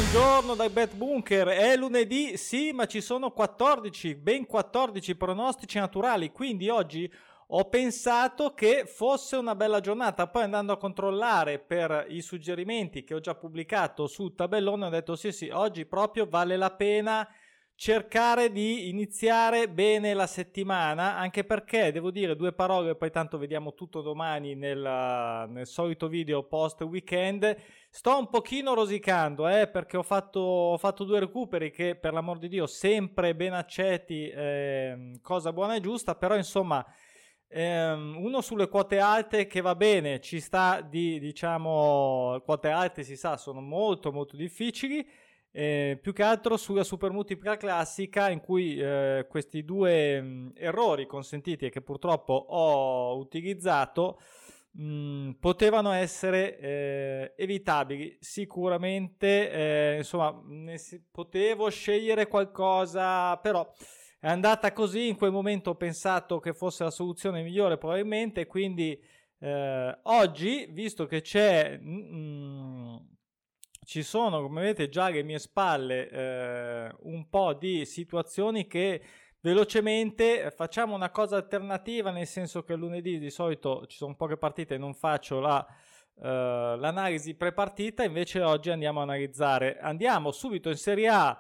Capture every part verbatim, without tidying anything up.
Buongiorno dai Bet Bunker, è lunedì, sì, ma ci sono quattordici, ben quattordici pronostici naturali, quindi oggi ho pensato che fosse una bella giornata. Poi andando a controllare per i suggerimenti che ho già pubblicato sul tabellone ho detto sì sì, oggi proprio vale la pena cercare di iniziare bene la settimana, anche perché devo dire due parole, poi tanto vediamo tutto domani nel, nel solito video post weekend. Sto un pochino rosicando, eh, perché ho fatto, ho fatto due recuperi che per l'amor di Dio sempre ben accetti, eh, cosa buona e giusta, però insomma ehm, uno sulle quote alte che va bene, ci sta di, diciamo, quote alte si sa sono molto molto difficili, eh, più che altro sulla super multipla classica in cui eh, questi due mh, errori consentiti e che purtroppo ho utilizzato mh, potevano essere eh, evitabili sicuramente, eh, insomma ne si, potevo scegliere qualcosa, però è andata così. In quel momento ho pensato che fosse la soluzione migliore probabilmente, quindi eh, oggi, visto che c'è mm, ci sono, come vedete già alle mie spalle, eh, un po' di situazioni che velocemente facciamo una cosa alternativa, nel senso che lunedì di solito ci sono poche partite e non faccio la, eh, l'analisi pre-partita, invece oggi andiamo a analizzare. Andiamo subito in Serie A.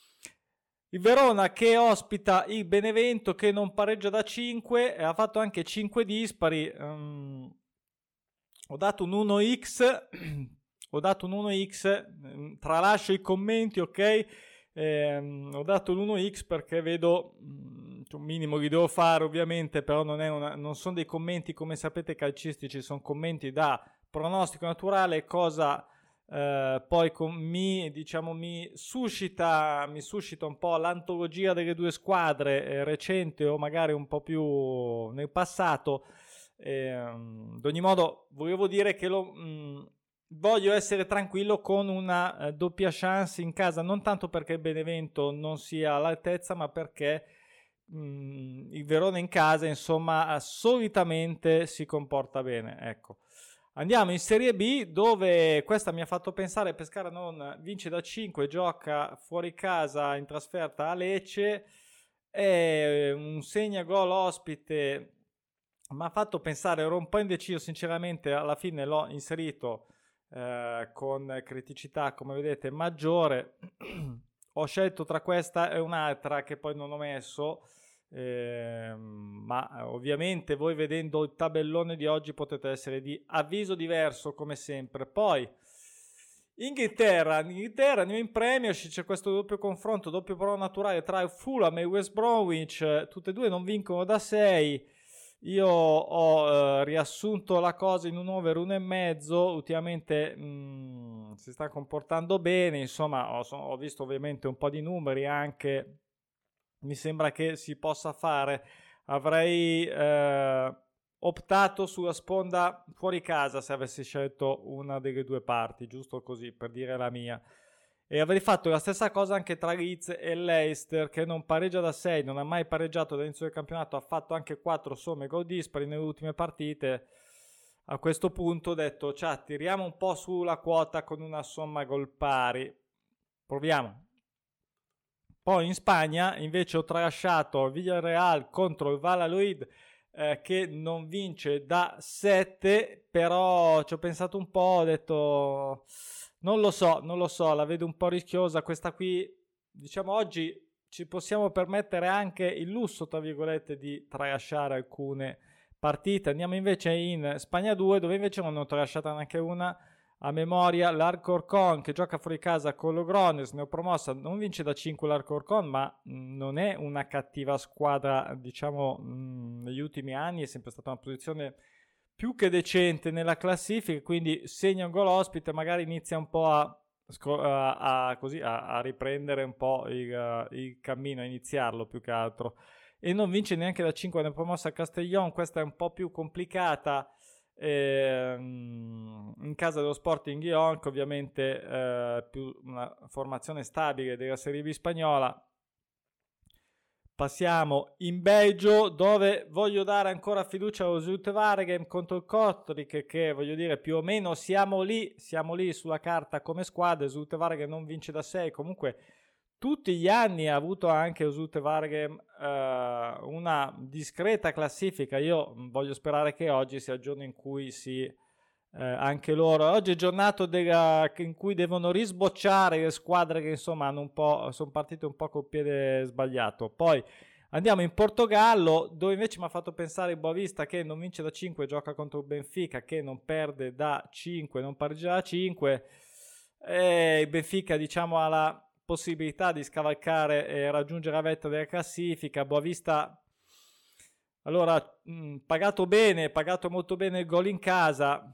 Il Verona che ospita il Benevento che non pareggia da cinque, ha fatto anche cinque dispari. Um, ho dato un uno x, ho dato un uno x, tralascio i commenti, ok? Eh, ho dato l'uno x perché vedo un minimo li devo fare ovviamente, però non, è una, non sono dei commenti come sapete calcistici, sono commenti da pronostico naturale, cosa eh, poi con, mi, diciamo, mi suscita mi suscita un po' l'antologia delle due squadre eh, recente o magari un po' più nel passato. Eh, ad ogni modo volevo dire che lo mh, voglio essere tranquillo con una eh, doppia chance in casa, non tanto perché il Benevento non sia all'altezza, ma perché mh, il Verona in casa insomma solitamente si comporta bene, ecco. Andiamo in Serie B, dove questa mi ha fatto pensare Pescara non vince da cinque, gioca fuori casa in trasferta a Lecce, è un segna gol ospite. Mi ha fatto pensare, ero un po' indeciso sinceramente, alla fine l'ho inserito eh, con criticità come vedete maggiore. Ho scelto tra questa e un'altra che poi non ho messo, eh, ma ovviamente voi vedendo il tabellone di oggi potete essere di avviso diverso come sempre. Poi Inghilterra, in Inghilterra andiamo in Premiership, c'è questo doppio confronto, doppio prova naturale tra il Fulham e il West Bromwich, tutte e due non vincono da sei. Io ho eh, riassunto la cosa in un over uno e mezzo, ultimamente mh, si sta comportando bene, insomma ho, ho visto ovviamente un po' di numeri anche, mi sembra che si possa fare. Avrei eh, optato sulla sponda fuori casa se avessi scelto una delle due parti, giusto così per dire la mia. E avrei fatto la stessa cosa anche tra Leeds e Leicester, che non pareggia da sei, non ha mai pareggiato dall'inizio del campionato, ha fatto anche quattro somme gol dispari nelle ultime partite. A questo punto ho detto, cioè, tiriamo un po' sulla quota con una somma gol pari. Proviamo. Poi in Spagna invece ho tralasciato Villarreal contro il Valladolid, eh, che non vince da sette, però ci ho pensato un po', ho detto non lo so, non lo so, la vedo un po' rischiosa questa qui. Diciamo oggi ci possiamo permettere anche il lusso, tra virgolette, di tralasciare alcune partite. Andiamo invece in Spagna due, dove invece non ne ho tralasciata neanche una. A memoria l'Alcorcon che gioca fuori casa con Logrones, neopromossa, non vince da cinque l'Alcorcon, ma non è una cattiva squadra, diciamo, mh, negli ultimi anni è sempre stata una posizione più che decente nella classifica, quindi segna un gol ospite, magari inizia un po' a, a, a, così, a, a riprendere un po' il, il cammino, a iniziarlo più che altro. E non vince neanche da cinque neopromossa a Castellón, questa è un po' più complicata. In casa dello Sporting Gijón, che ovviamente è più una formazione stabile della Serie B spagnola, passiamo in Belgio, dove voglio dare ancora fiducia allo Zulte Waregem contro il Kortrijk, che voglio dire più o meno siamo lì, siamo lì sulla carta come squadra. Il Zulte Waregem non vince da sei, comunque tutti gli anni ha avuto anche lo Zulte Waregem eh, una discreta classifica. Io voglio sperare che oggi sia il giorno in cui si eh, anche loro, oggi è giornata della, in cui devono risbocciare le squadre che insomma hanno un po', sono partite un po' col piede sbagliato. Poi andiamo in Portogallo, dove invece mi ha fatto pensare il Boavista, che non vince da cinque, gioca contro il Benfica che non perde da cinque, non pareggia da cinque, e il Benfica diciamo ha la possibilità di scavalcare e raggiungere la vetta della classifica. Boavista allora mh, pagato bene, pagato molto bene il gol in casa,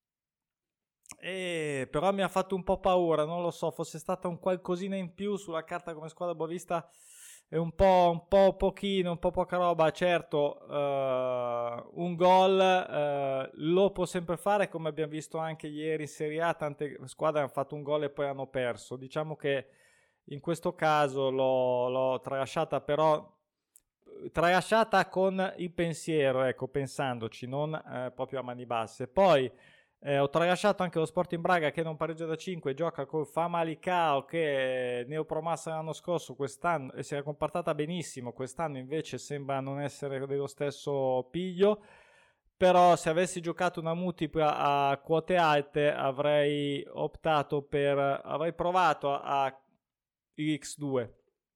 e però mi ha fatto un po' paura, non lo so, fosse stata un qualcosina in più sulla carta come squadra Boavista è un po', un po' pochino, un po' poca roba. Certo, uh, un gol uh, lo può sempre fare, come abbiamo visto anche ieri in Serie A, tante squadre hanno fatto un gol e poi hanno perso. Diciamo che in questo caso l'ho, l'ho tralasciata, però tralasciata con il pensiero, ecco, pensandoci, non eh, proprio a mani basse. Poi eh, ho tralasciato anche lo Sporting Braga che non pareggia da cinque, gioca col Famalicão che neopromossa l'anno scorso, quest'anno e si era comportata benissimo, quest'anno invece sembra non essere dello stesso piglio. Però se avessi giocato una multipla a quote alte avrei optato per, avrei provato a, a X due.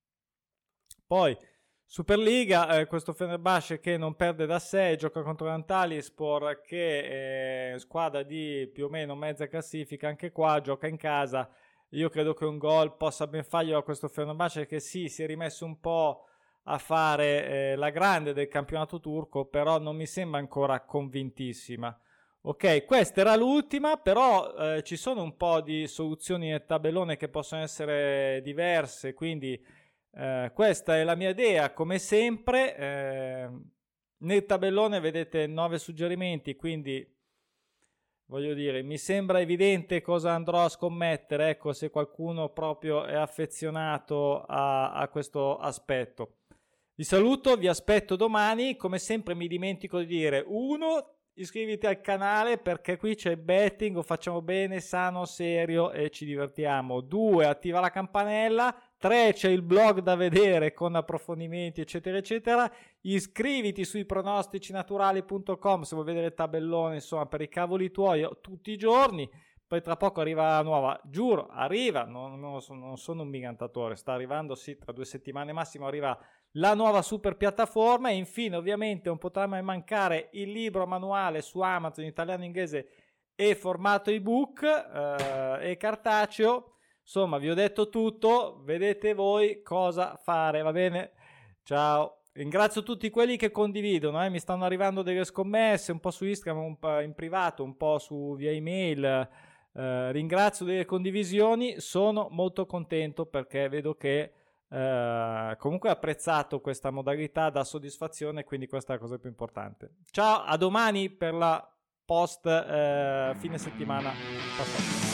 Poi Superliga, eh, questo Fenerbahce che non perde da sei, gioca contro l'Antalyaspor che è squadra di più o meno mezza classifica, anche qua gioca in casa. Io credo che un gol possa ben farglielo a questo Fenerbahce, che sì, si è rimesso un po' a fare eh, la grande del campionato turco, però non mi sembra ancora convintissima. Ok, questa era l'ultima, però eh, ci sono un po' di soluzioni nel tabellone che possono essere diverse, quindi eh, questa è la mia idea. Come sempre eh, nel tabellone vedete nove suggerimenti, quindi voglio dire, mi sembra evidente cosa andrò a scommettere, ecco, se qualcuno proprio è affezionato a, a questo aspetto. Vi saluto, vi aspetto domani. Come sempre mi dimentico di dire: uno, iscriviti al canale perché qui c'è il betting, lo facciamo bene, sano, serio e ci divertiamo. Due, attiva la campanella. Tre, c'è il blog da vedere con approfondimenti eccetera eccetera. Iscriviti sui pronostici naturali punto com se vuoi vedere il tabellone, insomma, per i cavoli tuoi tutti i giorni. Poi tra poco arriva la nuova, giuro, arriva, non, non, sono, non sono un migantatore, sta arrivando, sì, tra due settimane massimo arriva la nuova super piattaforma. E infine ovviamente non potrà mai mancare il libro manuale su Amazon, italiano, inglese e formato ebook eh, e cartaceo. Insomma, vi ho detto tutto, vedete voi cosa fare, va bene? Ciao, ringrazio tutti quelli che condividono, eh? Mi stanno arrivando delle scommesse un po' su Instagram, un po' in privato, un po' su via email. Eh, ringrazio delle condivisioni, sono molto contento perché vedo che eh, comunque ho apprezzato questa modalità, dà soddisfazione, quindi questa è la cosa più importante. Ciao, a domani per la post eh, fine settimana passato.